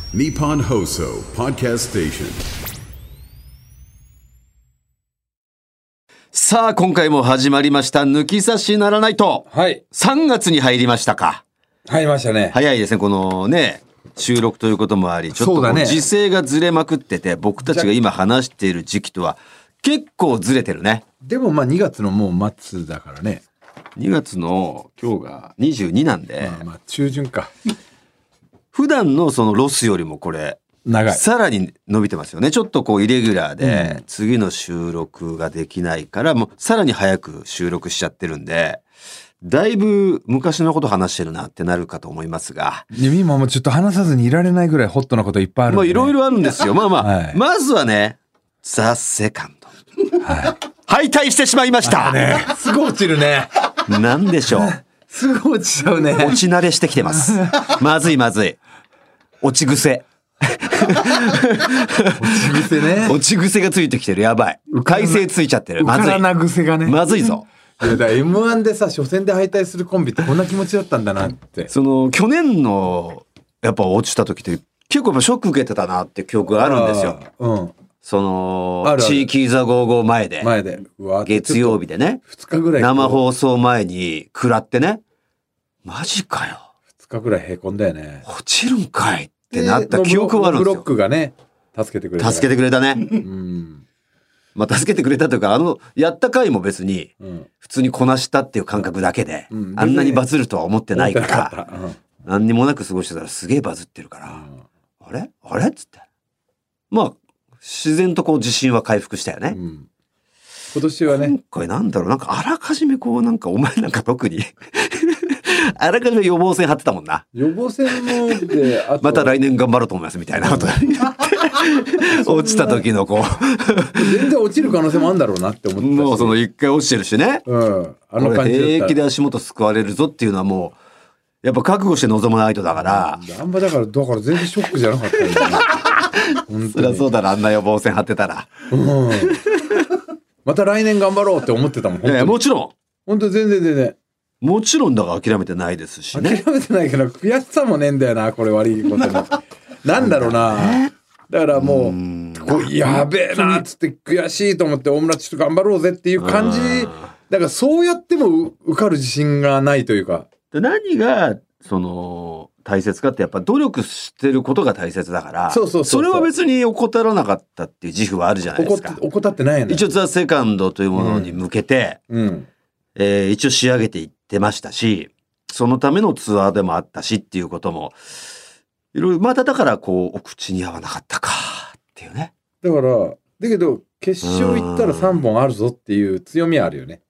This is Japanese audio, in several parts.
Nippon Hoso Podcast Station。 さあ今回も始まりました抜き差しならないと。 はい。 3月に入りましたか。 入りましたね。 早いですね。このね収録ということもあり、ちょっとこう時勢がずれまくってて、僕たちが今話している時期とは結構ずれてるね。 でもまあ2月のもう末だからね。 2月の今日が22なんで、 まあ中旬か。 普段のそのロスよりもこれ長い。 さらに伸びてますよね。ちょっとこうイレギュラーで次の収録ができないから、もうさらに早く収録しちゃってるんで、だいぶ昔のこと話してるなってなるかと思いますが、 今もうちょっと話さずにいられないぐらいホットなこといっぱいあるんで、ね。 いろいろあるんですよ。まあまあ、 はい、 まずはね、ザ・セカンド、はい、敗退してしまいました。 ね、すぐ落ちるね。 なんでしょう。 すぐ落ちちゃうね。 落ち慣れしてきてます。まずいまずい。落ち癖。 落ち癖ね。 落ち癖がついてきてる。やばい。改正ついちゃってる。まずい。 な癖がね。 まずいぞ。 いやだ M1 でさ初戦で敗退するコンビってこんな気持ちだったんだなって。 その去年のやっぱ落ちた時って結構やっぱショック受けてたなって記憶があるんですよ。 うん。 そのある地域座55前で月曜日でね、 2日ぐらい生放送前に食らってね、マジかよ。 2日ぐらいへこんだよね。 落ちるんかいってなった記憶はあるんですよ。 ブロックがね助けてくれた。 助けてくれたね。 うん。 まあ助けてくれたというか、やった回も別に普通にこなしたっていう感覚だけで、あんなにバズるとは思ってないから、何にもなく過ごしてたらすげえバズってるから、あれっつって、まあ自然とこう自信は回復したよね。 今年はね、 今回なんだろう、なんかあらかじめこう、なんかお前なんか特にあらかじめ予防線張ってたもんな。 予防線もで、あとまた来年頑張ろうと思いますみたいなこと言って落ちた時のこう全然落ちる可能性もあるんだろうなって思ってたし、 もうその一回落ちてるしね、 あの感じだったら平気で足元救われるぞっていうのはもうやっぱ覚悟して臨まないとだから、 あんまだから全然ショックじゃなかったよね。 そりゃそうだな、あんな予防線張ってたら、 また来年頑張ろうって思ってたもん。 いやもちろん本当全然もちろんだから諦めてないですしね。 諦めてないけど悔しさもねえんだよな、これ悪いことになんだろうな。だからもうこうやべえなっつって悔しいと思って大村ちょっと頑張ろうぜっていう感じ。だからそうやっても受かる自信がないというか。 で何がその大切かって、やっぱ努力してることが大切だから、それは別に怠らなかったっていう自負はあるじゃないですか。 怠ってないよね。 一応ザ・セカンドというものに向けて、一応仕上げていってましたし、そのためのツアーでもあったしっていうこともいろいろ、まただからこうお口に合わなかったかっていうね。 だけど決勝行ったら3本あるぞっていう強みはあるよね。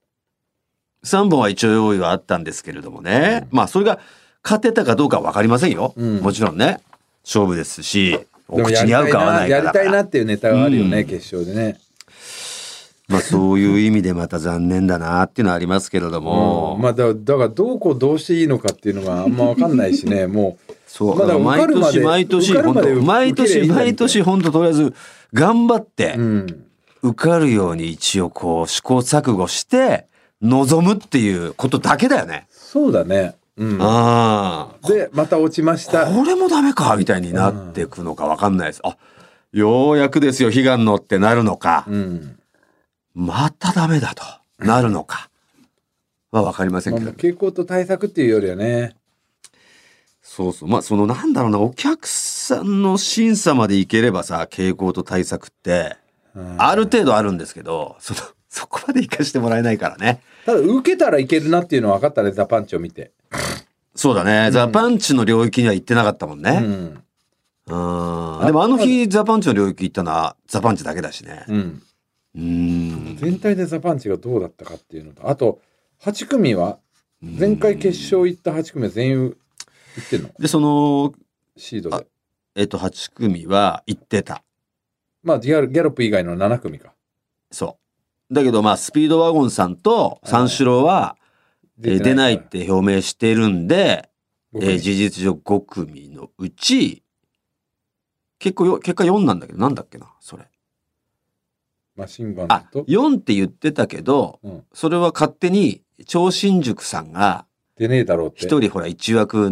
3本は一応用意はあったんですけれどもね、まあそれが勝てたかどうかは分かりませんよ、もちろんね、勝負ですし、お口に合うか合わないかだからやりたいなっていうネタがあるよね、決勝でね。 まあそういう意味でまた残念だなっていうのはありますけれども、 まあだからどうしていいのかっていうのがあんま分かんないしね。もうそう、まだ毎年本当とりあえず頑張って受かるように一応こう試行錯誤して臨むっていうことだけだよね。 そうだね。でまた落ちました。 これもダメかみたいになっていくのか分かんないです。ようやくですよ悲願のってなるのか、またダメだとなるのかは分かりませんけど、 傾向と対策っていうよりはね。 そうまあそのなんだろうな、お客さんの審査までいければさ、傾向と対策ってある程度あるんですけど、そこまで生かしてもらえないからね。 ただ受けたらいけるなっていうのは分かったね、ザ・パンチを見て。 そうだね、ザ・パンチの領域には行ってなかったもんね。でもあの日ザ・パンチの領域行ったのはザ・パンチだけだしね。 全体でザ・パンチがどうだったかっていうのと、あと8組は前回決勝行った8組は全員行ってんので、そのシードで 8組は行ってた。 まあギャロップ以外の7組か。 そうだけど、まあスピードワゴンさんと三四郎は出ないって表明してるんで、事実上5組のうち結果4なんだけど、なんだっけなそれ。 マシンガンと 4って言ってたけど、それは勝手に超新塾さんが出ねえだろうって一人ほら1枠ね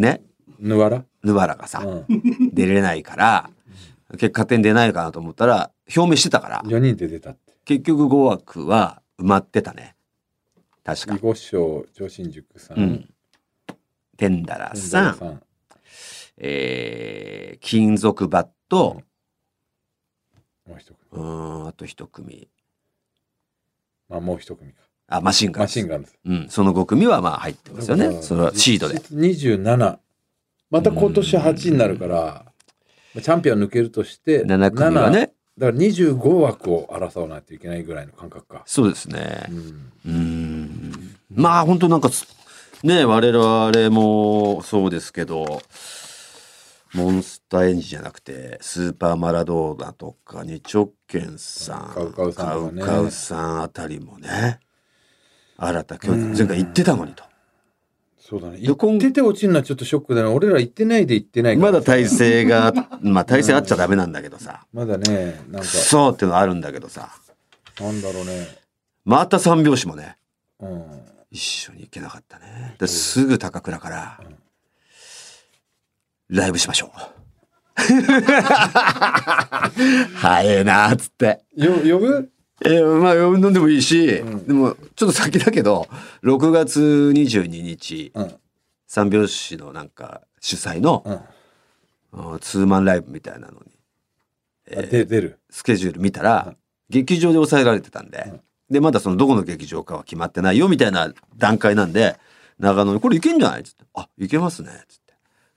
ぬわらヌバラがさ、出れないから結果点出ないかなと思ったら表明してたから 4人で出たって。 結局5枠は埋まってたね。確か囲碁師匠上新宿さん、 テンダラさん、金属バット、 もう一組。 あと一組、 もう一組か。 マシンガンズ。 マシンガンズ。 その5組はまあ入ってますよね。それはシードで。 27。また今年8になるから、チャンピオン抜けるとして 7組はね。 だから25枠を争わないといけないぐらいの感覚か。 そうですね。まあ本当なんかね、我々もそうですけど、モンスターエンジンじゃなくてスーパーマラドーナとか二直拳さん、 カウカウさんとかね、 カウカウさんあたりもね、新た前回行ってたのにと。 そうだね。行ってて落ちるのはちょっとショックだね。俺ら行ってないで行ってないから。 まだ体勢が体勢あっちゃダメなんだけどさ。 まだね、なんかそうっていうのあるんだけどさ。 なんだろうね。 また三拍子もね、一緒に行けなかったね。すぐ高倉から、ライブしましょう。早えなーっつって。 呼ぶ？ まあ呼んでもいいし、でもちょっと先だけど6月22日、三拍子のなんか主催の、ツーマンライブみたいなのに、 出るスケジュール見たら、劇場で抑えられてたんで、でまだそのどこの劇場かは決まってないよみたいな段階なんで、長野にこれいけんじゃないっつって、いけますねっつって、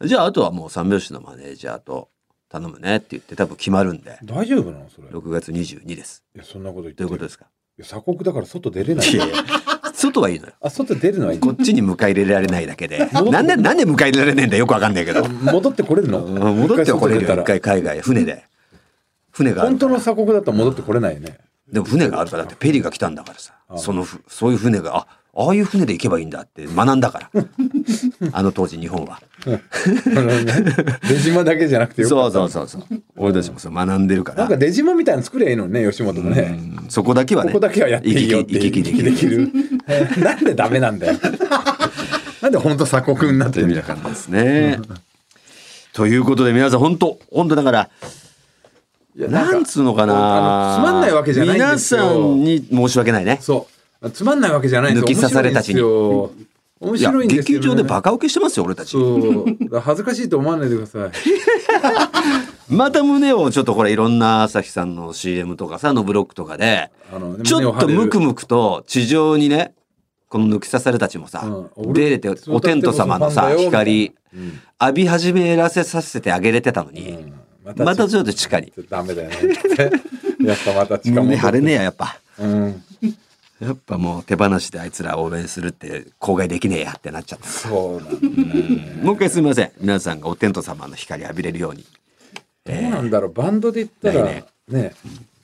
じゃああとはもう三拍子のマネージャーと頼むねって言って多分決まるんで。 大丈夫なのそれ？ 6月22です。 いやそんなこと言ってどういうことですか？ いや鎖国だから外出れない。 いやいや外はいいのよ。 外出るのはいい。 こっちに迎え入れられないだけでなんで迎え入れられないんだよくわかんないけど。 戻ってこれるの？ 戻ってはこれるよ。一回海外船がある本当の鎖国だと戻ってこれないよね。 でも船があるから、だってペリーが来たんだからさ、そういう船がああいう船で行けばいいんだって学んだからあの当時日本は出島だけじゃなくてよかった。 そう俺たちもそう学んでるから、 なんか出島みたいなの作りゃいいのね、吉本もね。 そこだけはね、 ここだけはやっていいよって行き来できるなんでダメなんだよなんで本当鎖国になってるみたいな感じですねということで皆さん本当だからなんつうのかな、 つまんないわけじゃないんですよ。 皆さんに申し訳ないね。 そうつまんないわけじゃないんですよ。 抜き差されたちに面白いんですよ、ね、 劇場でバカ受けしてますよ俺たち。 そう恥ずかしいと思わないでくださいまた胸をちょっとこれいろんな朝日さんの CM とかさのブロックとかでちょっとムクムクと地上にね、この抜き差されたちもさ、出れてお天道様のさ光浴び始めらせさせてあげれてたのに、またちょっと地下にダメだよねやっぱまた地下胸張れねえやっぱ、やっぱもう手放しであいつら応援するって口外できねえやってなっちゃった。 そうなんだね。 もう一回すみません、皆さんがお天道様の光浴びれるように。 どうなんだろう、バンドで言ったらね、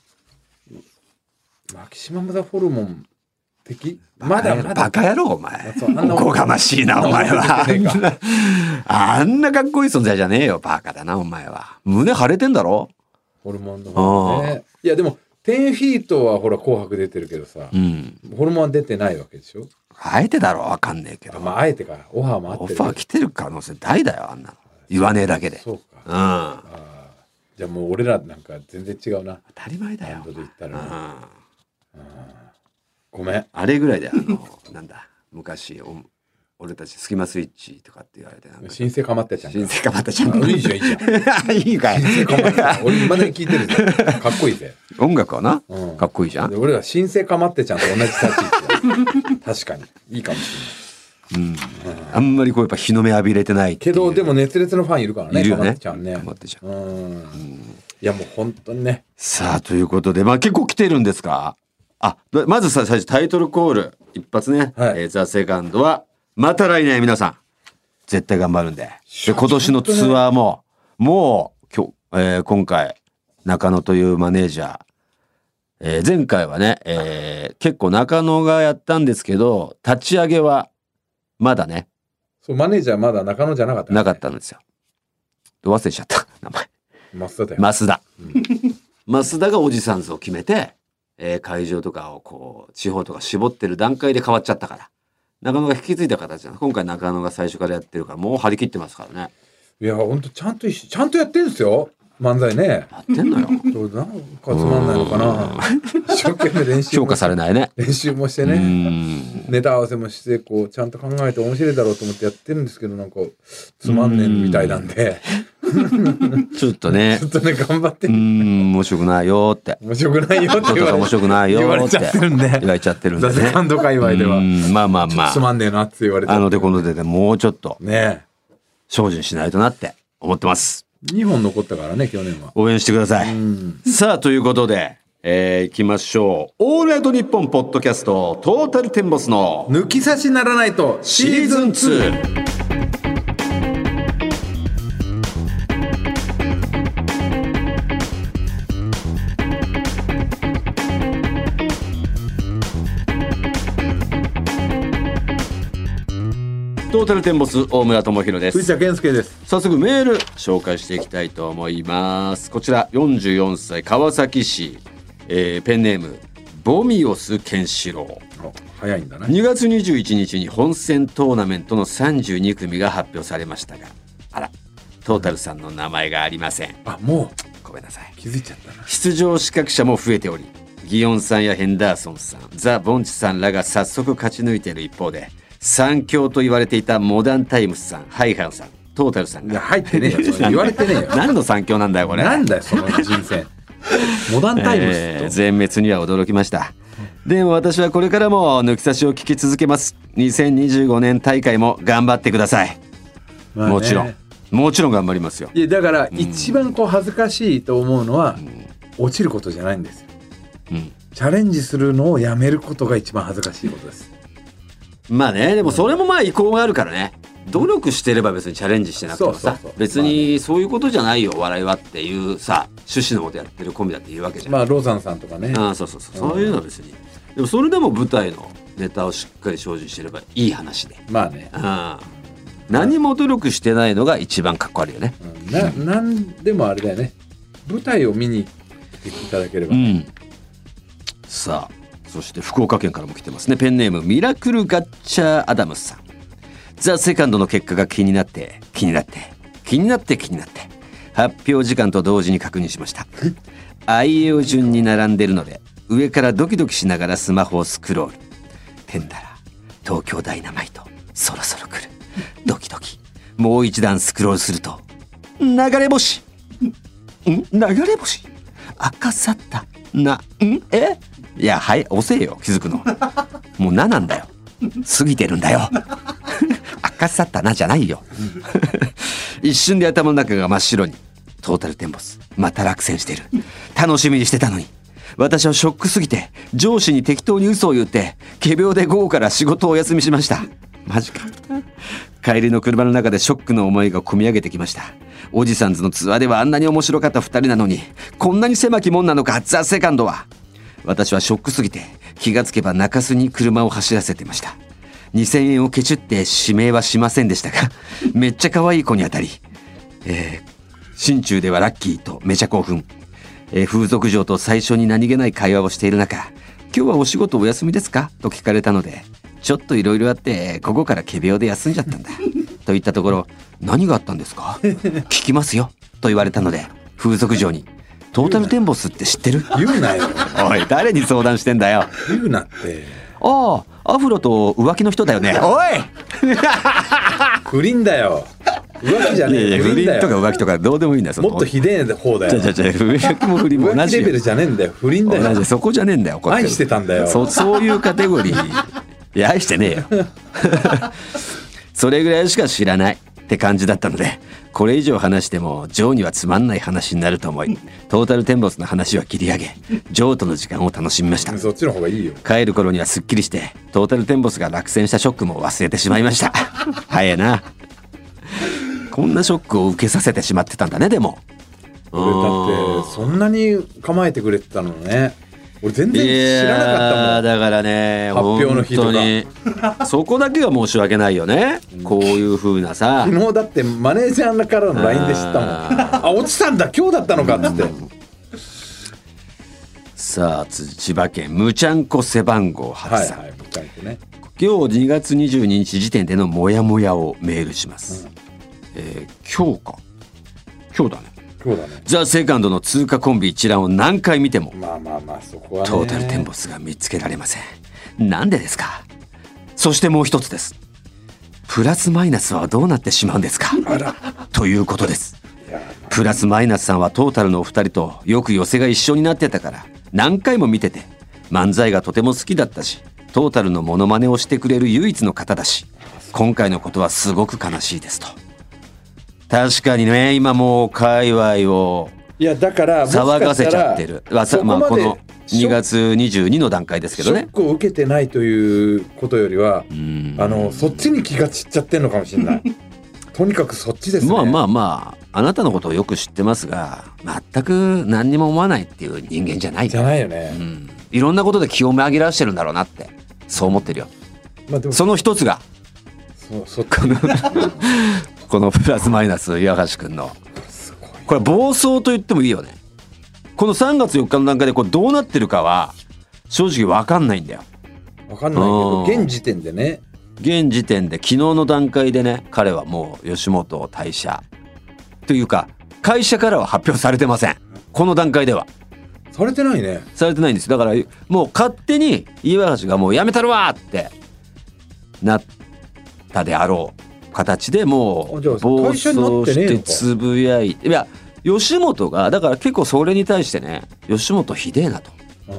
マキシマムザホルモン的まだバカ野郎お前、おこがましいなお前はあんなかっこいい存在じゃねえよ、バカだなお前は。胸腫れてんだろホルモンの方ね。いやでも10フィートはほら紅白出てるけどさ、ホルモンは出てないわけでしょ。 あえてだろわかんねえけど。 あえてかオファーもあってる。 オファー来てる可能性大だよあんなの。言わねえだけで。 そうか。じゃあもう俺らなんか全然違うな。 当たり前だよ。 で言ったらごめん。 あれぐらいでなんだ昔俺たちスキマスイッチとかって言われて新生かまってちゃん。 新生かまってちゃん。 いいじゃんいいじゃん。いいかい。新生かまってちゃん。俺まだに聞いてるぜ。かっこいいぜ。 音楽はな、かっこいいじゃん。 俺は新生かまってちゃんと同じ立ち位置。確かにいいかもしれない。 あんまりこうやっぱ日の目浴びれてないけどでも熱烈のファンいるからね。 いるよね。 かまってちゃんね。 かまってちゃん。 いやもう本当にね。 さあということで結構来てるんですか。まず最初タイトルコール一発ね。ザ・セカンドはまた来年皆さん絶対頑張るんで。今年のツアーももう今回中野というマネージャー、前回はね、結構中野がやったんですけど立ち上げはまだね。 そうマネージャーまだ中野じゃなかった、ね。 なかったんですよ。忘れちゃった名前。 増田だよ。 増田。増田がおじさんズを決めて、会場とかをこう地方とか絞ってる段階で変わっちゃったから中野が引き継いだ形なんです。今回中野が最初からやってるからもう張り切ってますからね。 いやほんとちゃんとやってるんですよ漫才ね。 やってんのよ。 そうなんかつまんないのかな。一生懸命練習評価されないね。 練習もしてね、ネタ合わせもしてこうちゃんと考えて面白いだろうと思ってやってるんですけど、なんかつまんねえみたいなんでちょっとね頑張って面白くないよって面白くないよって面白くないよって言われちゃってるんで言われちゃってるんでね。 ザセカンド界隈ではまあまあまあつまんねえなって言われて、 でこの手でもうちょっとね精進しないとなって思ってます。 2本残ったからね去年は。 応援してください。さあということで行きましょう。オールナイトニッポンポッドキャストトータルテンボスの抜き差しならないとシーズン2。トータルテンボス大村智弘です。 藤田健介です。 早速メール紹介していきたいと思います。こちら44歳川崎市、ペンネームボミオスケンシロウ。 早いんだね。 2月21日に本戦トーナメントの32組が発表されましたが、あらトータルさんの名前がありません。 あ、もごめんなさい。 う気づいちゃったな。 出場資格者も増えており、ギヨンさんやヘンダーソンさん、ザ・ボンチさんらが早速勝ち抜いている一方で、三強と言われていたモダンタイムスさん、ハイハンさん、トータルさんがいや入ってねえよ。それ言われてねえよ。 何の三強なんだよこれ。 なんだよその人選。モダンタイムスと、 全滅には驚きました。でも私はこれからも抜き差しを聞き続けます。2025年大会も頑張ってください。 まあね、 もちろん頑張りますよ。 いやだから一番こう恥ずかしいと思うのは、落ちることじゃないんですよ、チャレンジするのをやめることが一番恥ずかしいことです。 まあね、でもそれもまあ意向があるからね。努力してれば別にチャレンジしてなくてもさ、別にそういうことじゃないよ笑いはっていうさ趣旨のことやってるコンビだっていうわけじゃん。 まあローザンさんとかね。 そういうのは別に。でもそれでも舞台のネタをしっかり精進してればいい話で。 まあね。 何も努力してないのが一番かっこ悪いよね。 なんでもあれだよね。舞台を見に来ていただければ。 さあ。そして福岡県からも来てますね。ペンネームミラクルガッチャーアダムスさん。ザ・セカンドの結果が気になって発表時間と同時に確認しました。あいうえお順に並んでるので上からドキドキしながらスマホをスクロール。テンダラ東京ダイナマイトそろそろ来るドキドキ。もう一段スクロールすると流れ星赤さったいやはい遅えよ気づくの。もうななんだよ。過ぎてるんだよ。赤さったなじゃないよ。一瞬で頭の中が真っ白に。トータルテンボスまた落選してる。楽しみにしてたのに。私はショックすぎて上司に適当に嘘を言って仮病で午後から仕事をお休みしました。マジか。帰りの車の中でショックの思いが込み上げてきました。おじさんズのツアーではあんなに面白かった二人なのにこんなに狭きもんなのかザ・セカンドは。私はショックすぎて気がつけば中洲に車を走らせてました。2000円をケチって指名はしませんでしたがめっちゃ可愛い子に当たり、心中ではラッキーとめちゃ興奮、風俗嬢と最初に何気ない会話をしている中、今日はお仕事お休みですかと聞かれたので、ちょっといろいろあって午後から仮病で休んじゃったんだと言ったところ、何があったんですか聞きますよと言われたので、風俗嬢にトータルテンボスって知ってる？ 言うなよ。 おい誰に相談してんだよ。 言うなって。 ああアフロと浮気の人だよね。おい不倫だよ。浮気じゃねえよ。 不倫とか浮気とかどうでもいいんだよ。 もっとひでえ方だよ。 浮気も不倫も同じレベルじゃねえんだよ。不倫だよ。 そこじゃねえんだよ。 愛してたんだよ。 そういうカテゴリー。いや愛してねえよ。それぐらいしか知らないって感じだったので、これ以上話してもジョーにはつまんない話になると思い、トータルテンボスの話は切り上げ、ジョーとの時間を楽しみました。 そっちの方がいいよ。 帰る頃にはすっきりしてトータルテンボスが落選したショックも忘れてしまいました。早いな。こんなショックを受けさせてしまってたんだね。でも俺だってそんなに構えてくれてたのね。俺全然知らなかったもん。 だからね、 発表の日とか本当にそこだけが申し訳ないよね。こういう風なさ、 昨日だってマネージャーからの LINE で知ったもん。あ、落ちたんだ今日だったのかっつって。 さあ千葉県むちゃんこ背番号8さん、 むちゃんこね。 今日2月22日時点でのモヤモヤをメールします、今日だね。ザ・セカンドの通過コンビ一覧を何回見てもそこはね、 トータルテンボスが見つけられません。なんでですか。そしてもう一つです。プラスマイナスはどうなってしまうんですかということです。プラスマイナスさんはトータルのお二人とよく寄せが一緒になってたから何回も見てて、漫才がとても好きだったし、トータルのモノマネをしてくれる唯一の方だし、今回のことはすごく悲しいですと。確かにね、今もう界隈をだから騒がせちゃってる。この2月22の段階ですけどね。 ショックを受けてないということよりは、そっちに気が散っちゃってるのかもしれない。とにかくそっちですね。 あなたのことをよく知ってますが、全く何にも思わないっていう人間じゃないから。 じゃないよね。 いろんなことで気を紛らわしてるんだろうなってそう思ってるよ。その一つがこのプラスマイナス岩橋くんのこれ暴走と言ってもいいよね。この3月4日の段階でこれどうなってるかは正直分かんないんだよ。 分かんないけど現時点で昨日の段階でね、彼はもう吉本を退社というか会社からは発表されてません。この段階ではされてないね。 されてないんです。だからもう勝手に岩橋がもう辞めたるわってなったであろう形でもう暴走してつぶやいて、いや吉本がだから結構それに対してね、吉本ひでえなと、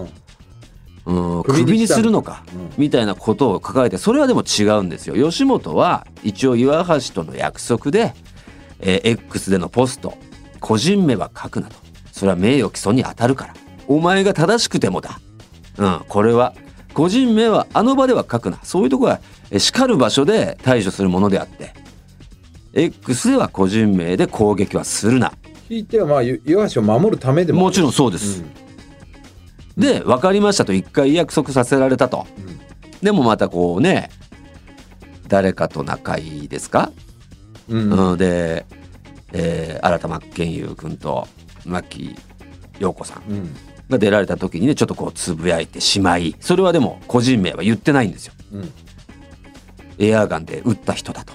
クビにするのか、みたいなことを抱えて、それはでも違うんですよ。吉本は一応岩橋との約束で、X でのポスト個人名は書くなと、それは名誉毀損に当たるから、お前が正しくてもだ、これは個人名はあの場では書くな、そういうところは叱る場所で対処するものであって、 X では個人名で攻撃はするな。 ひいては岩橋を守るためでももちろんそうです、で分かりましたと一回約束させられたと、でもまたこうね、誰かと仲いいですか、で、新田真剣佑君と牧陽子さんが出られた時にね、ちょっとこうつぶやいてしまい、それはでも個人名は言ってないんですよ、エアガンで撃った人だと、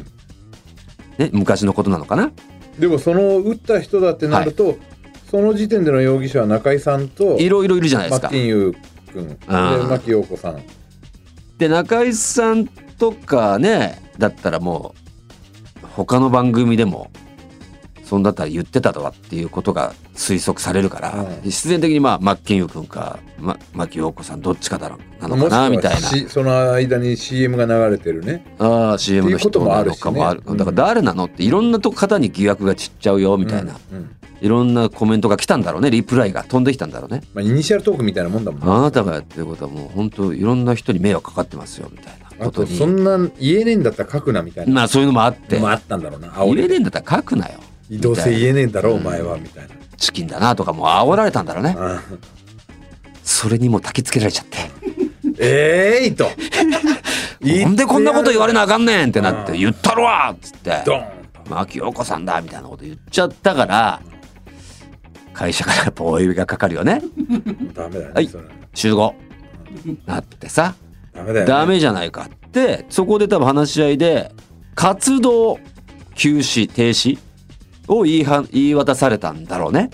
昔のことなのかな。 でもその撃った人だってなると、その時点での容疑者は中井さんといろいろいるじゃないですか。 マッキンユー君で牧陽子さんで、中井さんとかねだったらもう他の番組でもそんだったら言ってたとはっていうことが推測されるから、必然的にマッキンユー君か牧陽子さんどっちかなのかなみたいな、 その間に CM が流れてるね、 CM の人なのかもある、だから誰なのっていろんな方に疑惑が散っちゃうよみたいな、いろんなコメントが来たんだろうね、リプライが飛んできたんだろうね。 イニシャルトークみたいなもんだもんね。 あなたがやってることはもう本当いろんな人に迷惑かかってますよみたいなことに。 あとそんな言えねえんだったら書くなみたいな、 そういうのもあってあったんだろうな。 言えねえんだったら書くなよ、 どうせ言えねえんだろお前はみたいな、 チキンだなとかもう煽られたんだろうね、それにも焚き付けられちゃってとなんでこんなこと言われなあかんねんってなって、言ったろわっつってドーンと牧陽子さんだみたいなこと言っちゃったから、会社からやっぱお呼びがかかるよね。 ダメだよね、 はい、集合なってさ、 ダメだよね、 ダメじゃないかって、そこで多分話し合いで活動休止停止を言い渡されたんだろうね、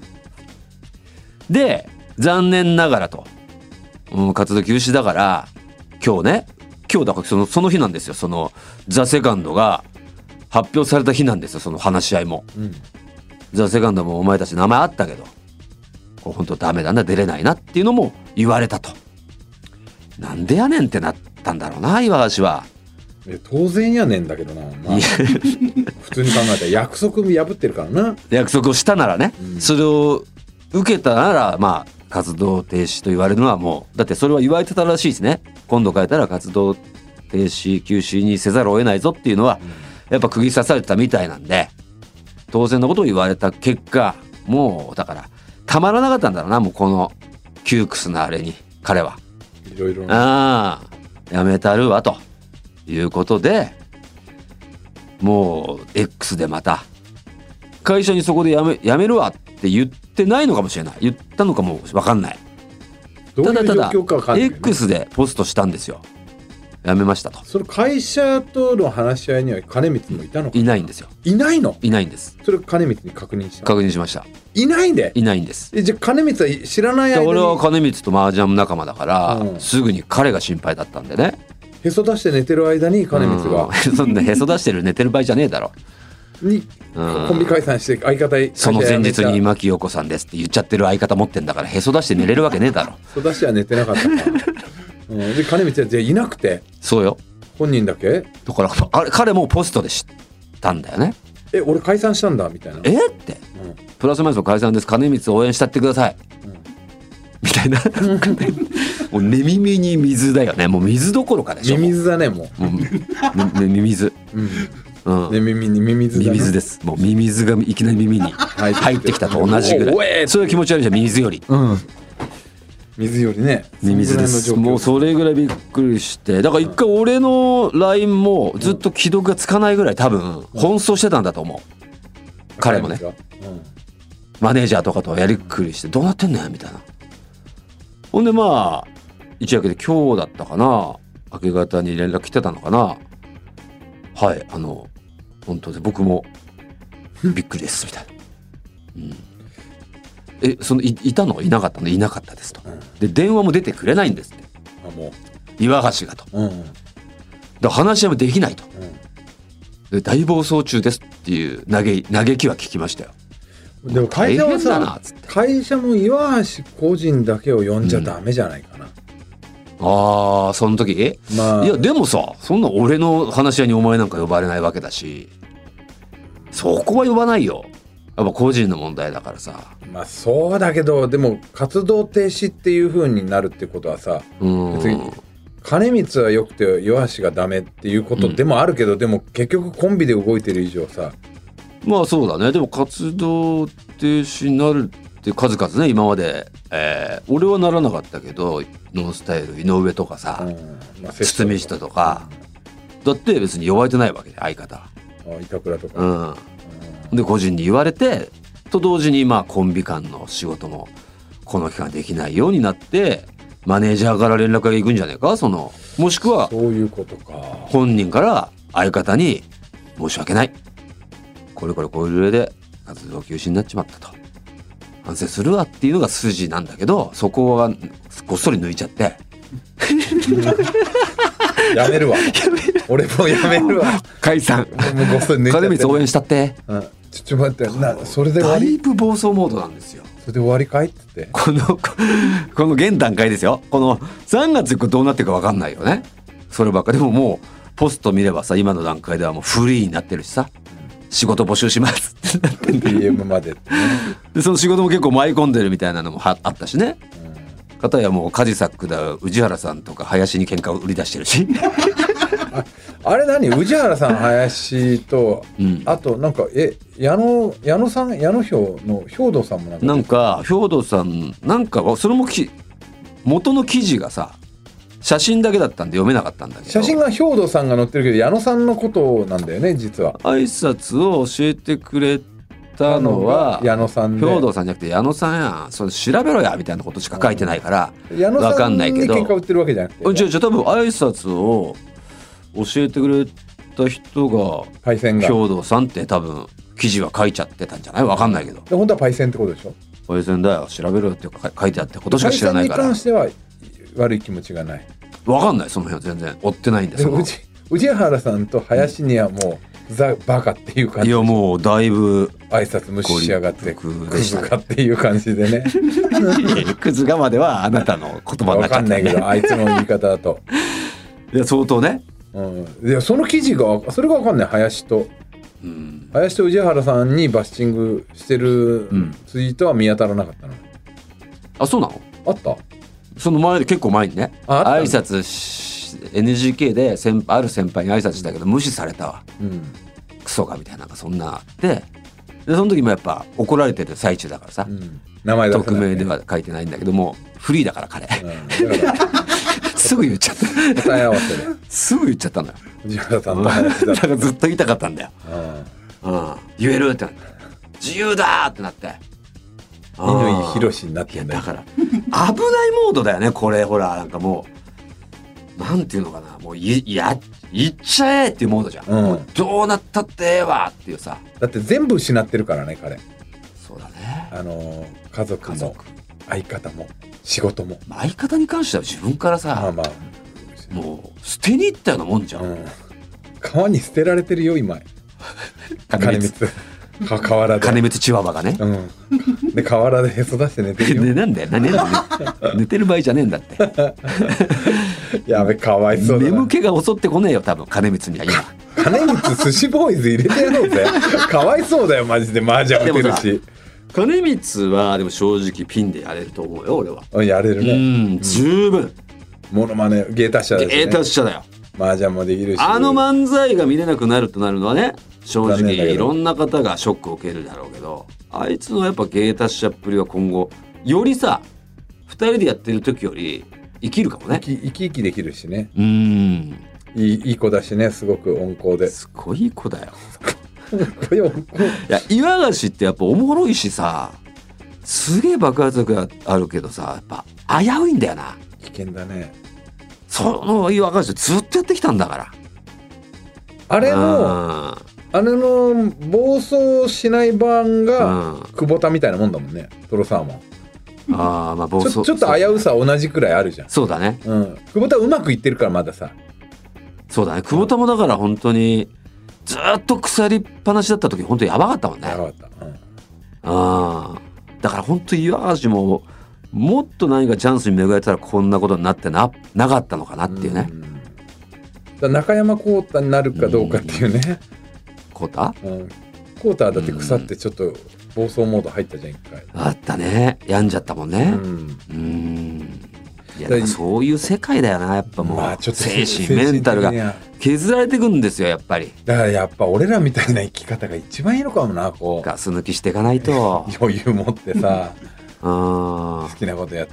で残念ながらと、活動休止だから今日だからその日なんですよ。そのザ・セカンドが発表された日なんですよ。その話し合いも、ザ・セカンドもお前たち名前あったけどこれ本当ダメだな、出れないなっていうのも言われたと。なんでやねんってなったんだろうな、岩橋は。 当然やねんだけどな、普通に考えたら約束破ってるからな。 約束をしたならね、それを受けたなら活動停止と言われるのはもう、だってそれは言われてたらしいですね。今度変えたら活動停止休止にせざるを得ないぞっていうのは、やっぱ釘刺されてたみたいなんで、当然のことを言われた結果、もうだからたまらなかったんだろうな、もうこの窮屈なあれに彼はいろいろやめたるわということで、もう X でまた会社にそこでやめるわって言ってないのかもしれない、言ったのかも分かんない。 どういう状況か分かんない、 X でポストしたんですよ。 辞めましたと。 その会社との話し合いには金光もいたのか。 いないんですよ。 いないの。 いないんです。 それ金光に確認した。 確認しました。 いないんで。 いないんです。 じゃあ金光は知らない間に。 俺は金光と麻雀仲間だから、すぐに彼が心配だったんでね。 へそ出して寝てる間に金光が、 そんなへそ出してる寝てる場合じゃねえだろにコンビ解散して相方その前日に牧陽子さんですって言っちゃってる相方持ってんだからへそ出して寝れるわけねえだろ。 へそ出しては寝てなかったか、で金光はじゃあいなくて。 そうよ。 本人だけだからあれ彼もポストで知ったんだよね。 俺解散したんだみたいな。 って、プラスマイナスの解散です、金光応援したってください、みたいなもう寝耳に水だよね。もう水どころかでしょ。 ミミズだねもうミミズ、 寝耳にミミズだね。 ミミズです。もうミミズがいきなり耳に入ってきたと同じぐらい。そういう気持ち悪いじゃん、ミミズより。 水よりね。 ミミズです。もうそれぐらいびっくりして、だから一回俺の LINE もずっと既読がつかないぐらい多分奔走してたんだと思う、彼もね。マネージャーとかとやりくりしてどうなってんねんみたいな。ほんでまあ一夜明けで今日だったかな、明け方に連絡来てたのかな。はい、本当で僕もびっくりですみたいな、その いたのいなかったのいなかったですと、で電話も出てくれないんですって、もう岩橋がと、だから話し合いもできないと、で大暴走中ですっていう嘆きは聞きましたよ。 でも会社はさ、会社も岩橋個人だけを呼んじゃダメじゃないかな、 その時、いやでもさ、そんな俺の話し合いにお前なんか呼ばれないわけだし、そこは呼ばないよ。やっぱ個人の問題だからさ。 そうだけど、でも活動停止っていう風になるってことはさ、別に金光は良くて岩橋がダメっていうことでもあるけど、でも結局コンビで動いてる以上さ。 まあそうだね。でも活動停止になるって数々ね、今まで、俺はならなかったけどノンスタイル井上とかさ、堤下とか、だって別に呼ばれてないわけで相方。 板倉とか、 で個人に言われてと同時にまあコンビ間の仕事もこの期間できないようになって、マネージャーから連絡が行くんじゃないか、もしくはそういうことか、 本人から相方に申し訳ない、これこういう理由で活動休止になっちまったと、反省するわっていうのが筋なんだけど、そこはこっそり抜いちゃってやめるわ俺もやめるわ解散、金光応援したって、 ちょっと待ってそれでだいぶ暴走モードなんですよ。 それで終わりかいってこの現段階ですよ。この3月以降どうなってるか分かんないよね。そればっかでももうポスト見ればさ、今の段階ではもうフリーになってるしさ、仕事募集しますってなってんだよ PM までって、ね、 でその仕事も結構舞い込んでるみたいなのもあったしね、片やもうカジサックだ宇治原さんとか林に喧嘩を売り出してるしあれ何、宇治原さん林と、あとなんか矢野さん、矢野兵の兵藤さんもなんか兵藤さんなんかそれも元の記事がさ写真だけだったんで読めなかったんだけど、 写真が兵藤さんが載ってるけど矢野さんのことなんだよね実は。挨拶を教えてくれたのは矢野さんで、 兵藤さんじゃなくて矢野さんやん、それ調べろやみたいなことしか書いてないから、 矢野さんに喧嘩売ってるわけじゃなくて、 多分挨拶を教えてくれた人がパイセンが兵藤さんって多分記事は書いちゃってたんじゃない、わかんないけど、 本当はパイセンってことでしょ。 パイセンだよ、調べろよって書いてあってことしか知らないから、 パイセンに関しては悪い気持ちがない。 わかんない、その辺は全然追ってないんですよ。 宇治原さんと林にはもうザ・バカっていう感じ。 いやもうだいぶ挨拶無視しやがってクズかっていう感じでねクズがまではあなたの言葉になっちゃったね。わかんないけどあいつの言い方だといや相当ね、 いやその記事がそれがわかんない。林と宇治原さんにバッシングしてるツイートは見当たらなかったの。 あ、そうなの？ あった？ その前結構前にね、挨拶NGK である先輩に挨拶したけど無視されたわ、クソがみたいな、そんなあって、でその時もやっぱ怒られてる最中だからさ、 名前匿名では書いてないんだけどもフリーだから彼、すぐ言っちゃった答え合わせですぐ言っちゃったのよ。 宇治原さんの話だからずっと言いたかったんだよ、言えるってなって自由だってなって乾博士になってんだよ。 だから危ないモードだよねこれ。ほらなんかもなんていうのかな、もういっちゃえっていうモードじゃん、もうどうなったってええわっていうさ。 だって全部失ってるからね彼。 そうだね。 家族も相方も仕事も。 相方に関しては自分からさ、 まあもう捨てに行ったようなもんじゃん、 川に捨てられてるよ今金光河原で金光チワワがね、 で河原でへそ出して寝てるよでなんだよ寝てる場合じゃねえんだってやべかわいそうだな。 眠気が襲ってこねえよ多分金光には今。 金光寿司ボーイズ入れてやろうぜかわいそうだよマジで。麻雀打てるし。 金光はでも正直ピンでやれると思うよ俺は。 やれるね。 十分。 モノマネ芸達者だよね。 芸達者だよ。 麻雀もできるし。 漫才が見れなくなるとなるのはね、正直いろんな方がショックを受けるだろうけど、あいつのやっぱ芸達者っぷりは今後よりさ、2人でやってる時より生きるかもね。 生き生きできるしね。 いい子だしね、すごく温厚で。 すごい子だよ。 いや岩菓子ってやっぱおもろいしさ、すげえ爆発力があるけどさ、やっぱ危ういんだよな。 危険だね。 その岩菓子ずっとやってきたんだから。 あれの暴走しない版が久保田みたいなもんだもんね。トロサーモン。暴走ちょっと危うさ同じくらいあるじゃん。 そうだね。 久保田うまくいってるからまださ。 そうだね。久保田もだから本当にずっと腐りっぱなしだった時本当にやばかったもんね。 やばかった。 だから本当に岩橋ももっと何かチャンスに巡られたらこんなことになってなかったのかなっていうね。 中山浩太になるかどうかっていうね。 浩太？ 浩太はだって腐ってちょっと暴走モード入ったじゃん一回。 あったね。病んじゃったもんね。いやだからそういう世界だよなやっぱもう、精神メンタルが削られていくんですよやっぱり。 だからやっぱ俺らみたいな生き方が一番いいのかもな。こうガス抜きしていかないと余裕持ってさ好きなことやって。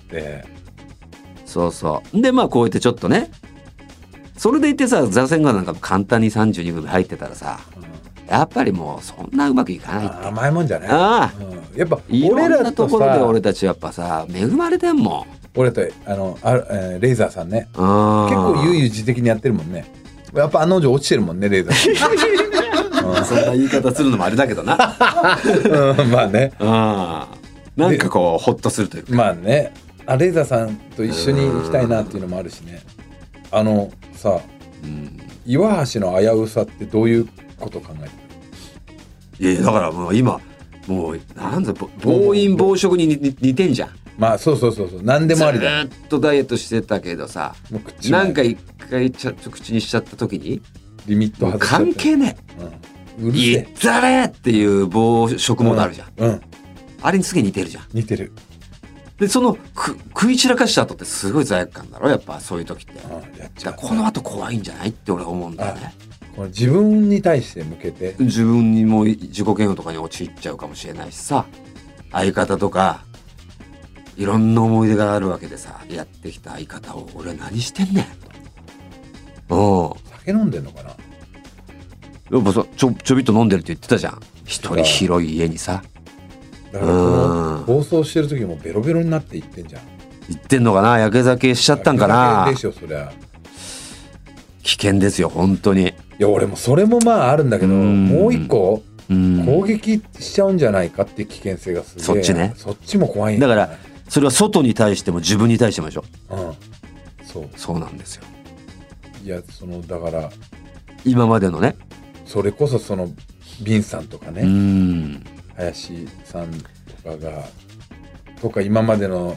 そうそうでこうやってちょっとね、それでいてさ座禅がなんか簡単に32組入ってたらさ、やっぱりもうそんなうまくいかないって。 甘いもんじゃない。やっぱいろんなところで俺たちやっぱさ恵まれてんもん。 俺とレイザーさんね、結構悠々自適にやってるもんね。やっぱ案の定落ちてるもんねレイザーさんそんな言い方するのもあれだけどなまあね、 なんかこうホッとするというか。 まあね、レイザーさんと一緒に行きたいなっていうのもあるしね。さ、岩橋の危うさってどういうことを考えてる？ いやだからもう今もうなんだ暴飲暴食に似てんじゃん。 まあそう何でもありだ。 ずっとダイエットしてたけどさ、なんか一回口にしちゃった時にリミット外しちゃって関係ねえ、うるせえいったれっていう暴食モードあるじゃん、あれにすげえ似てるじゃん。 似てる。 でその食い散らかした後ってすごい罪悪感だろやっぱそういう時って。だこの後怖いんじゃないって俺は思うんだよね。 これ自分に対して向けて自分にも自己嫌悪とかに陥っちゃうかもしれないしさ、相方とかいろんな思い出があるわけでさ、やってきた相方を俺何してんねんと。 酒飲んでんのかな。 やっぱさちょびっと飲んでるって言ってたじゃん。一人広い家にさ。 だからこの暴走してる時もベロベロになっていってんじゃん。 言ってんのかな。やけ酒しちゃったんかな。 でしょそりゃ。 危険ですよ本当に。 いや俺もそれもあるんだけど、もう一個攻撃しちゃうんじゃないかっていう危険性がすげえ。 そっちね。 そっちも怖いんだからそれは外に対しても自分に対してもでしょ。そうなんですよ。 いやだから今までのね、 それこそビンさんとかね、林さんとか今までの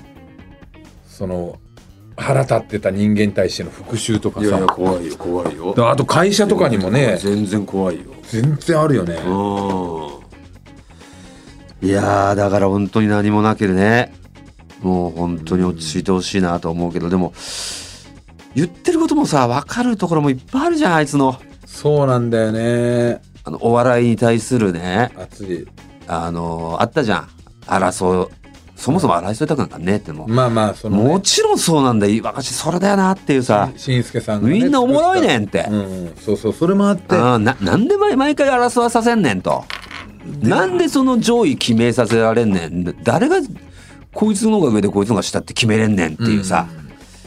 腹立ってた人間に対しての復讐とかさ。 いや怖いよ。 あと会社とかにもね全然怖いよ。 全然あるよね。 いやだから本当に何もなければね、もう本当に落ち着いてほしいなと思うけど、でも言ってることもさ分かるところもいっぱいあるじゃんあいつの。 そうなんだよね。 お笑いに対するね熱いあったじゃん。そもそも争いたくなんかねってももちろんそうなんだよ。私それだよなっていうさ、 しんすけさんが、ね、 みんなおもろいねんって、 そうそれもあってなんで毎回争わさせんねんと。なんでその上位決めさせられんねん。誰がこいつの方が上でこいつの方が下って決めれんねんっていうさ、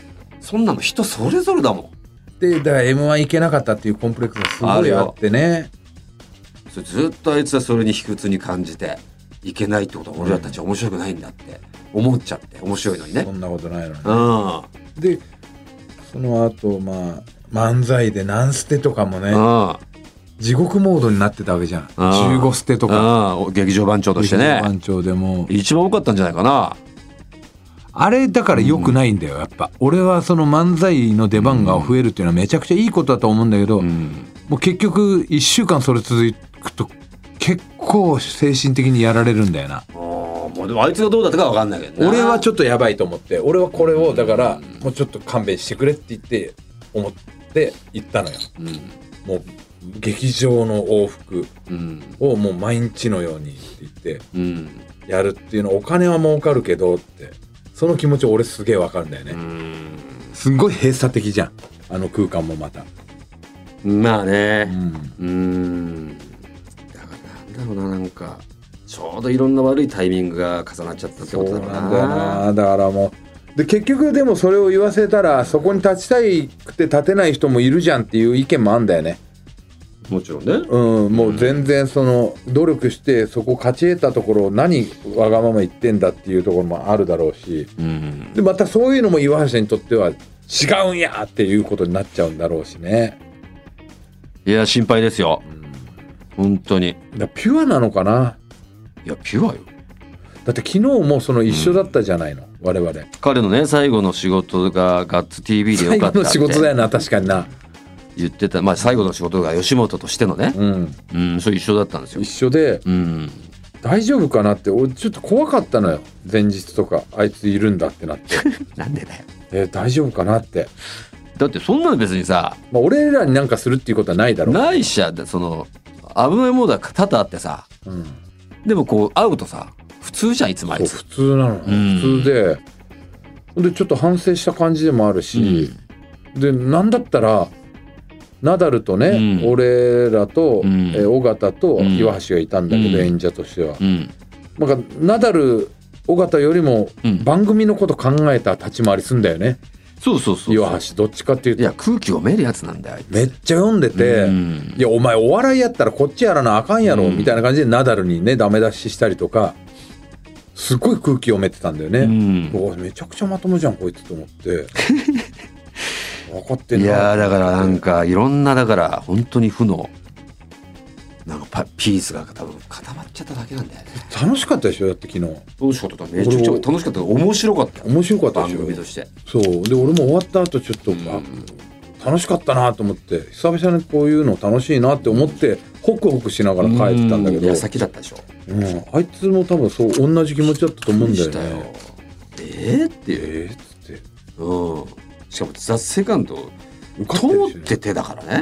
そんなの人それぞれだもん。 でだから M1 行けなかったっていうコンプレックスがすごいあってね。 それずっとあいつはそれに卑屈に感じていけないってことは俺らたちは面白くないんだって思っちゃって面白いのにね。 そんなことないのに、でその後まあ漫才でナンステとかもね地獄モードになってたわけじゃん。15ステとか劇場番長としてね。 劇場番長でも一番多かったんじゃないかな。 あれだから良くないんだよやっぱ。俺はその漫才の出番が増えるっていうのはめちゃくちゃいいことだと思うんだけど、もう結局1週間それ続くと結構精神的にやられるんだよな。 もうでもあいつがどうだったか分かんないけどね。 俺はちょっとやばいと思って、俺はこれをだからもうちょっと勘弁してくれって言って思って行ったのよ、もう劇場の往復をもう毎日のようにって言ってやるっていうの、お金は儲かるけどってその気持ち俺すげえわかるんだよね。すんごい閉鎖的じゃんあの空間もまた。 まあね、だからなんだろうな、なんかちょうどいろんな悪いタイミングが重なっちゃったってことだろうな。 そうなんだよな。だからもうで結局でもそれを言わせたらそこに立ちたいくて立てない人もいるじゃんっていう意見もあんだよね。 もちろんね、 もう全然その努力してそこを勝ち得たところを何わがまま言ってんだっていうところもあるだろうし、でまたそういうのも岩橋にとっては違うんやっていうことになっちゃうんだろうしね。 いや心配ですよ、本当に。 だピュアなのかな。 いやピュアよ。 だって昨日もその一緒だったじゃないの、我々。彼のね最後の仕事がガッツ TV でよかったって最後の仕事だよな。確かにな言ってた。まあ最後の仕事が吉本としてのね、それ一緒だったんですよ。 一緒で、大丈夫かなって俺ちょっと怖かったのよ。前日とかあいついるんだってなってなんでだよ。 大丈夫かなって。 だってそんなの別にさ、 まあ、俺らになんかするっていうことはないだろう。 ないしゃ、その危ないものが多々あってさ、でもこう会うとさ普通じゃんいつもあいつ。 普通なの、普通でちょっと反省した感じでもあるし、でなんだったらナダルとね、俺らと、尾形と岩橋がいたんだけど、演者としては、なんかナダル尾形よりも番組のこと考えた立ち回りすんだよね。 そう岩橋どっちかっていうと、 いや空気読めるやつなんだよ。 めっちゃ読んでて、いやお前お笑いやったらこっちやらなあかんやろ、みたいな感じでナダルにねダメ出ししたりとか、すごい空気読めてたんだよね。めちゃくちゃまともじゃんこいつと思って分かってんな。 いやだからなんかいろんなだから本当に負のなんかピースが多分固まっちゃっただけなんだよね。 楽しかったでしょだって昨日。 楽しかった。めちゃくちゃ楽しかった。面白かった。 面白かったでしょ番組として。 そうで俺も終わった後ちょっと、楽しかったなと思って久々にこういうの楽しいなって思ってホクホクしながら帰ってたんだけど、 先だったでしょ。 あいつも多分そう同じ気持ちだったと思うんだよね。 っていう。っつって。しかもザ・セカンド通っててだからね。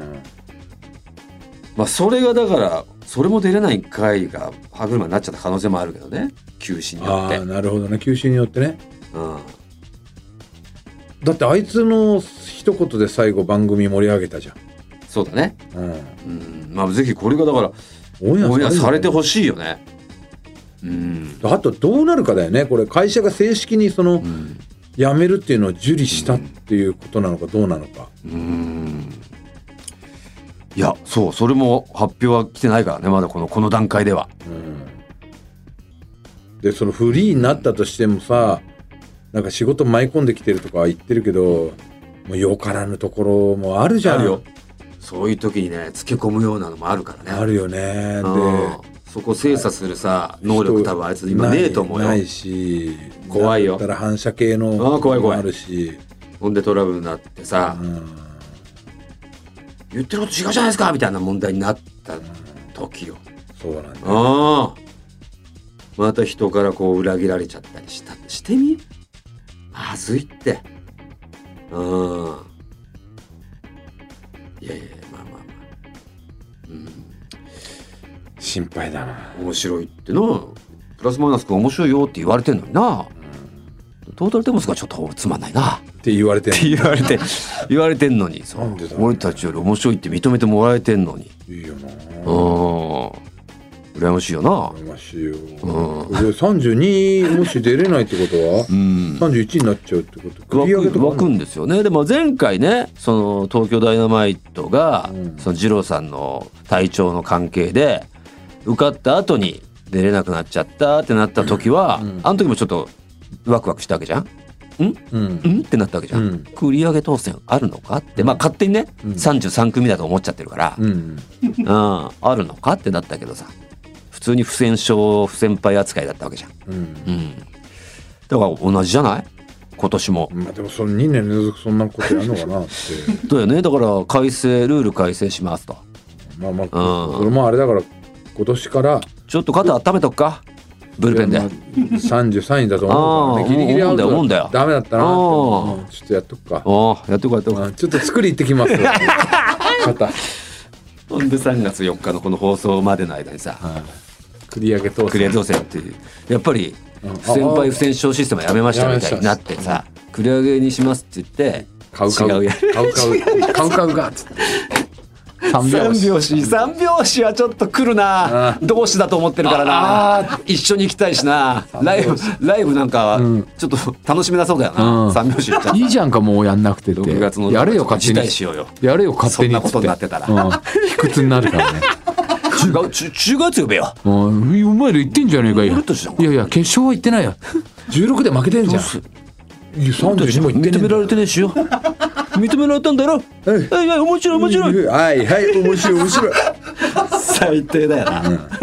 まあそれがだからそれも出れない回が歯車になっちゃった可能性もあるけどね、休止によって。 ああなるほどね、休止によってね。だってあいつの一言で最後番組盛り上げたじゃん。 そうだね。まあぜひこれがだからオンエアされてほしいよね。 あとどうなるかだよね。これ会社が正式にその、辞めるっていうのを受理したっていうことなのかどうなのか。 いやそれも発表は来てないからねまだこの段階では。 でそのフリーになったとしてもさ、なんか仕事舞い込んできてるとかは言ってるけど、もうよからぬところもあるじゃん。 あるよ。そういう時にねつけ込むようなのもあるからね。 あるよね。でそこ精査するさ能力多分あいつ今ねえと思うよ。 ないし怖いよ。 だったら反射系の怖いあるし、 ほんでトラブルになってさ、言ってること違うじゃないですかみたいな問題になった時よ。 そうなんだ。 また人からこう裏切られちゃったりしてみ、まずいって。いやまあ心配だな。 面白いってな、プラスマイナス君面白いよって言われてんのにな、トータルテンボスがちょっとつまんないなって言われてんのにさ、俺たちより面白いって認めてもらえてんのに。 いいよな。 羨ましいよな。 羨ましいよ、32もし出れないってことは、31になっちゃうってこと、繰り上げとか湧くんですよね。でも前回ね、その東京ダイナマイトが、その二郎さんの体調の関係で受かった後に出れなくなっちゃったってなった時は、あの時もちょっとワクワクしたわけじゃん。ってなったわけじゃん、繰り上げ当選あるのかって、まあ勝手にね、33組だと思っちゃってるから、あるのかってなったけどさ、普通に不戦勝不戦敗扱いだったわけじゃん、だから同じじゃない今年も。 まあでもその2年連続そんなことやるのかなってだよね。だからルール改正しますと。 まあこれもあれだから、今年からちょっと肩温めとくか、ブルペンで。 33位だと思うからね、ギリギリアウトダメだったな、ちょっとやっとくか。 やっとくちょっと作り行ってきます肩。 ほんで3月4日のこの放送までの間にさ、 繰り上げ当選っていう、やっぱり不戦敗不戦勝システムやめましたみたいになってさ、繰り上げにしますって言って違うや買うがっつって三拍子はちょっと来るな。同志だと思ってるからな。一緒に行きたいしな。ライブなんかちょっと楽しめなそうだよな。三拍子行っちゃった。 いいじゃんか、もうやんなくてって 6月のやれよ勝手にしようよ。 やれよ勝手にそんなことになってたら卑屈になるからね。 10月呼べよ。 お前ら言ってんじゃねえか。いや決勝は行ってないよ。16で負けてんじゃん。32も言ってねえ。 認められてねえしよ。認められたんだろ。はい面白い。 はい面白い。 最低だよな。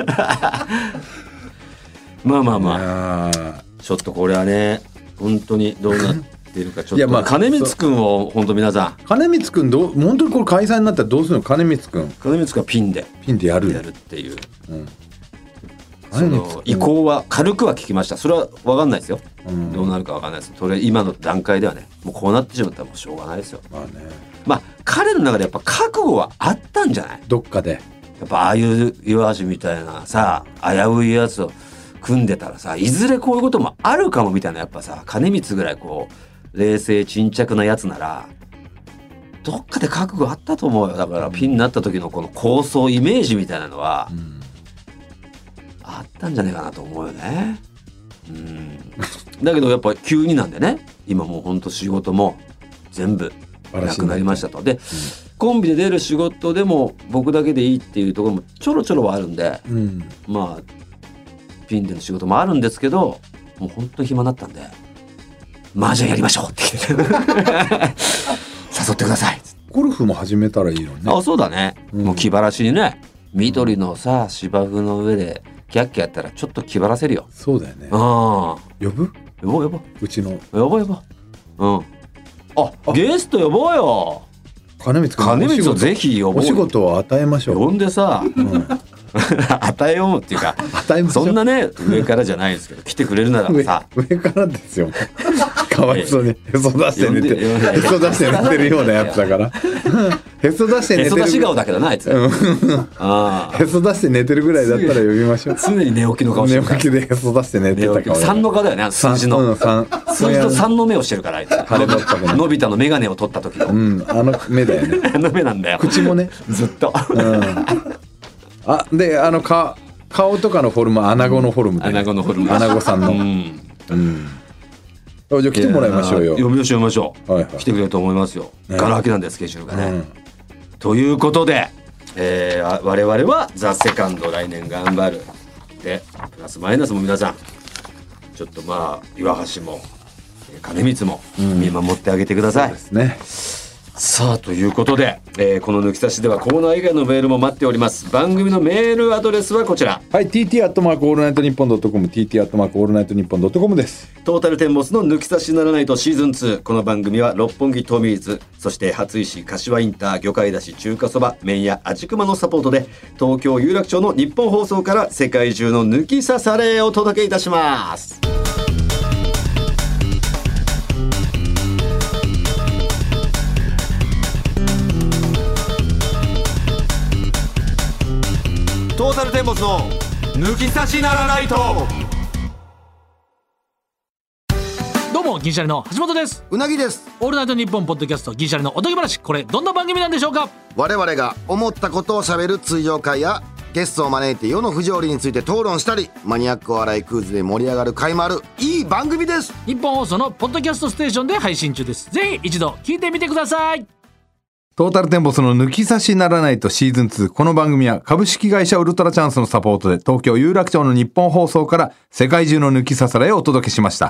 まあちょっとこれはね、本当にどうなってるかちょっと。金光くんを本当皆さん。金光くん本当にこれ開催になったらどうするの？金光くんはピンでやるっていう。その意向は軽くは聞きました。それは分かんないですよ、どうなるか分かんないです。それ今の段階ではね、もうこうなってしまったらもうしょうがないですよ。まあ彼の中でやっぱ覚悟はあったんじゃない？どっかでやっぱああいう岩橋みたいなさ、危ういやつを組んでたらさ、いずれこういうこともあるかもみたいな、やっぱさ、金光ぐらいこう冷静沈着なやつならどっかで覚悟あったと思うよ。だからピンになった時のこの構想イメージみたいなのは、あったんじゃないかなと思うよね。だけどやっぱ急になんでね、今もうほんと仕事も全部なくなりましたと。で、コンビで出る仕事でも僕だけでいいっていうところもちょろちょろはあるんで、まあピンでの仕事もあるんですけど、もうほんと暇だったんで麻雀やりましょうって言って誘ってください。ゴルフも始めたらいいのね。そうだね、もう気晴らしにね、緑のさ芝生の上でキャッキャやったらちょっと気張らせるよ。そうだよね。呼ぶうちの呼ぼう。ゲスト呼ぼうよ。金光をぜひ呼ぼう。お仕事を与えましょう。呼んでさ、与えようっていうか、そんなね上からじゃないですけど、来てくれるならさ、上からですよ。かわいそうにへそ出して寝てるようなやつだから。へそ出して寝てる。へそ出し顔だけどな、あいつ。へそ出して寝てるぐらいだったら呼びましょう。常に寝起きの顔してるから。寝起きでへそ出して寝てた顔。3の顔だよね、数字の。数字と3の目をしてるから、あいつ。のび太の眼鏡を取った時の。あの目だよね。あの目なんだよ。口もね、ずっと。で顔とかのフォルムは穴子のフォルムで、穴子さんの。じゃあ来てもらいましょうよ。呼びましょう。来てくれると思いますよ。ガラ空きなんでスケジュールがね。ということで、我々はザ・セカンド来年頑張るで、プラスマイナスも皆さんちょっとまあ岩橋も金光も見守ってあげてください。そうですね。さあということで、この抜き差しではコーナー以外のメールも待っております。番組のメールアドレスはこちら、はい、tt@allnightnippon.com tt@allnightnippon.com です。トータルテンボスの抜き差しならないとシーズン2。この番組は六本木トミーズ、そして初石柏インター、魚介だし中華そば麺屋味熊のサポートで、東京有楽町の日本放送から世界中の抜き差されをお届けいたします。トータルテンボスの抜き差しならないと。どうも銀シャリの橋本です。うなぎです。オールナイトニッポンポッドキャスト銀シャリのおとぎ話、これどんな番組なんでしょうか。我々が思ったことをしゃべる通常会やゲストを招いて世の不条理について討論したり、マニアックお笑いクイズで盛り上がる回もあるいい番組です。 日本放送のポッドキャストステーションで配信中です。ぜひ一度聞いてみてください。 トータルテンボスの抜き差しならないとシーズン2。この番組は株式会社ウルトラチャンスのサポートで東京有楽町の日本放送から世界中の抜き差されをお届けしました。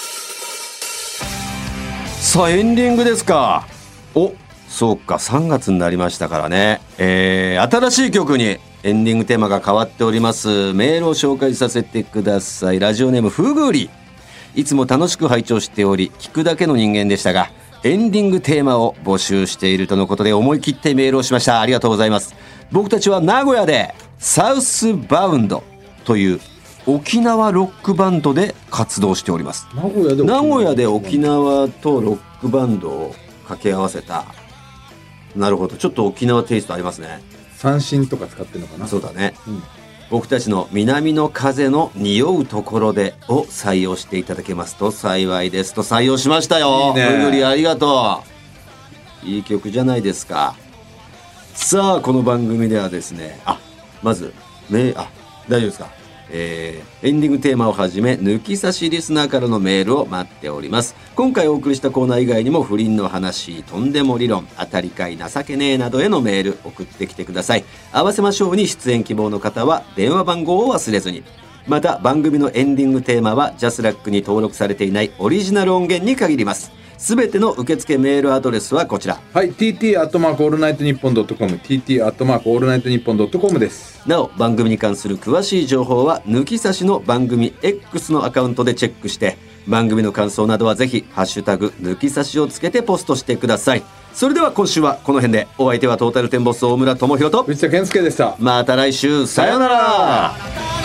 さあエンディングですか。そうか、3月になりましたからね。新しい曲にエンディングテーマが変わっております。メールを紹介させてください。ラジオネームフグリ。いつも楽しく拝聴しており、聞くだけの人間でしたが、エンディングテーマを募集しているとのことで思い切ってメールをしました。ありがとうございます。僕たちは名古屋でサウスバウンドという沖縄ロックバンドで活動しております。名古屋で沖縄とロックバンドを掛け合わせた。なるほど、ちょっと沖縄テイストありますね。 三振とか使ってるのかな。 そうだね、僕たちの南の風の匂うところでを採用していただけますと幸いですと採用しましたよ。ふぐりありがとう。いい曲じゃないですか。さあこの番組ではですね、まず大丈夫ですか。エンディングテーマをはじめ抜き差しリスナーからのメールを待っております。今回お送りしたコーナー以外にも不倫の話、とんでも理論、当たり会、情けねえなどへのメール送ってきてください。合わせましょうに出演希望の方は電話番号を忘れずに。また番組のエンディングテーマはジャスラックに登録されていないオリジナル音源に限ります。すべての受付メールアドレスはこちら。 はい、tt@allnightnippon.com、tt@allnightnippon.com です。 なお番組に関する詳しい情報は抜き差しの番組 X のアカウントでチェックして、番組の感想などはぜひハッシュタグ抜き差しをつけてポストしてください。それでは今週はこの辺で。お相手はトータルテンボス大村智広と藤田健介でした。 また来週、さようなら。